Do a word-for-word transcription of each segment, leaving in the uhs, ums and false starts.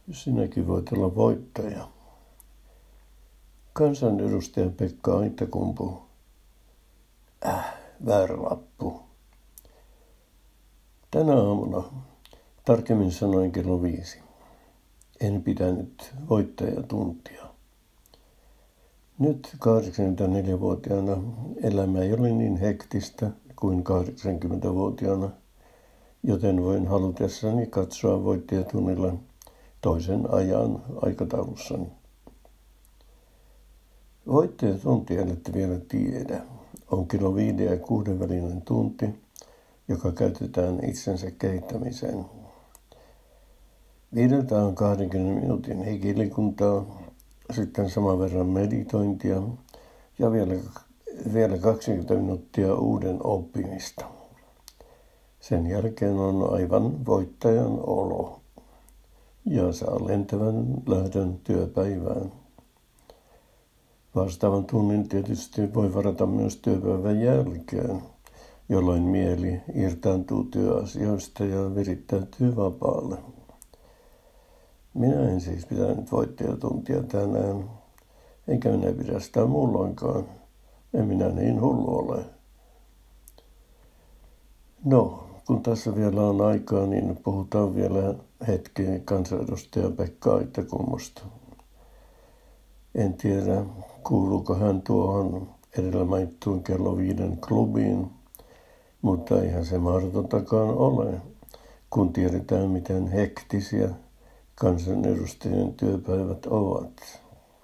Sinäkin voit olla voittaja. Kansanedustaja Pekka Aittakumpu. Äh, väärä lappu. Tänä aamuna, tarkemmin sanoen kello viisi, en pitänyt voittajatuntia. Nyt kahdeksankymmentäneljävuotiaana elämä ei ole niin hektistä kuin kahdeksankymmentävuotiaana, joten voin halutessani katsoa voittajatunnilla toisen ajan aikataulussani. Voittajatunti ellette vielä tiedä on kello viiden ja kuuden välinen tunti, joka käytetään itsensä kehittämiseen. Viideltä on kahdenkymmenen minuutin hikiliikuntaa, sitten saman verran meditointia ja vielä, vielä kaksikymmentä minuuttia uuden oppimista. Sen jälkeen on aivan voittajan olo ja saa lentävän lähdön työpäivään. Vastaavan tunnin tietysti voi varata myös työpäivän jälkeen, jolloin mieli irtaantuu työasioista ja virittäytyy vapaalle. Minä en siis pitänyt voittajatuntia tänään, enkä minä pidä sitä muulloinkaan. En minä niin hullu ole. No, kun tässä vielä on aikaa, niin puhutaan vielä hetki kansanedustaja Pekka Aittakummusta. En tiedä, kuuluuko hän tuohon edellä mainittuun kello viiden klubiin, mutta eihän se mahdotontakaan ole, kun tiedetään, miten hektisiä kansanedustajien työpäivät ovat.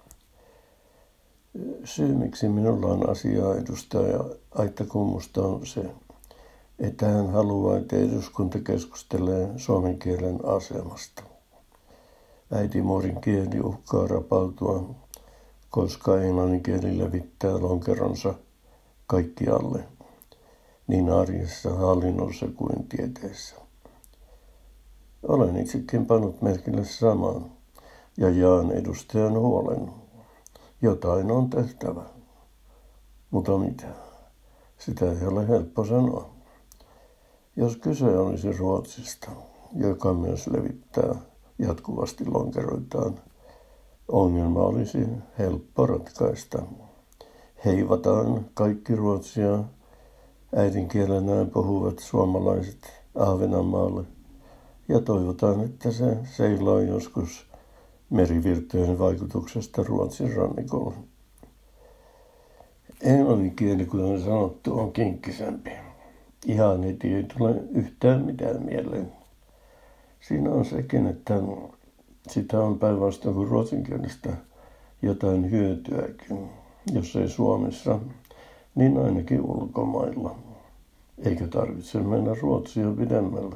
Syy, miksi minulla on asiaa edustaja Aittakummusta, on se, että hän haluaa, että eduskunta keskustelee suomen kielen asemasta. Äidinmuodin kieli uhkaa rapautua, koska englannin kieli levittää lonkeronsa kaikkialle, niin arjessa, hallinnossa kuin tieteessä. Olen itsekin pannut merkille samaan ja jaan edustajan huolen. Jotain on tehtävä. Mutta mitä? Sitä ei ole helppo sanoa. Jos kyse olisi Ruotsista, joka myös levittää jatkuvasti lonkeroitaan, ongelma olisi helppo ratkaista. Heivataan kaikki ruotsia äidinkielenään puhuvat suomalaiset Ahvenanmaalle ja toivotaan, että se seilaa joskus merivirtojen vaikutuksesta Ruotsin rannikolla. Englannin kieli, kuten sanottu, on kinkkisempi. Ihan heti ei tule yhtään mitään mieleen. Siinä on sekin, että sitä on päinvastoin kuin ruotsin kielestä jotain hyötyäkin, jos ei Suomessa, niin ainakin ulkomailla. Eikä tarvitse mennä Ruotsia pidemmälle.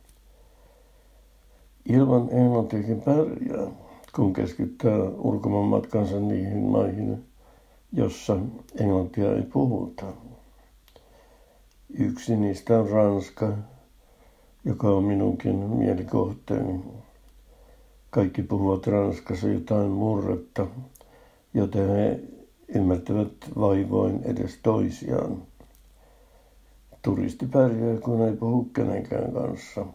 Ilman englantiakin pärjää, kun keskittää ulkomaanmatkansa niihin maihin, jossa englantia ei puhuta. Yksi niistä on Ranska, joka on minunkin mielikohteeni. Kaikki puhuvat Ranskassa jotain murretta, joten he ymmärtävät vaivoin edes toisiaan. Turisti pärjää, kun ei puhu kenenkään kanssa.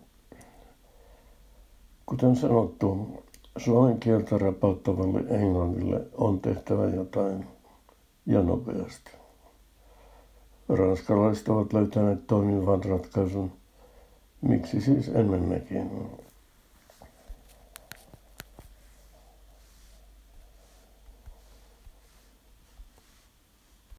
Kuten sanottu, suomen kieltä rapauttavalle englannille on tehtävä jotain ja nopeasti. Ranskalaiset ovat löytäneet toimivan ratkaisun. Miksi siis emme mekin?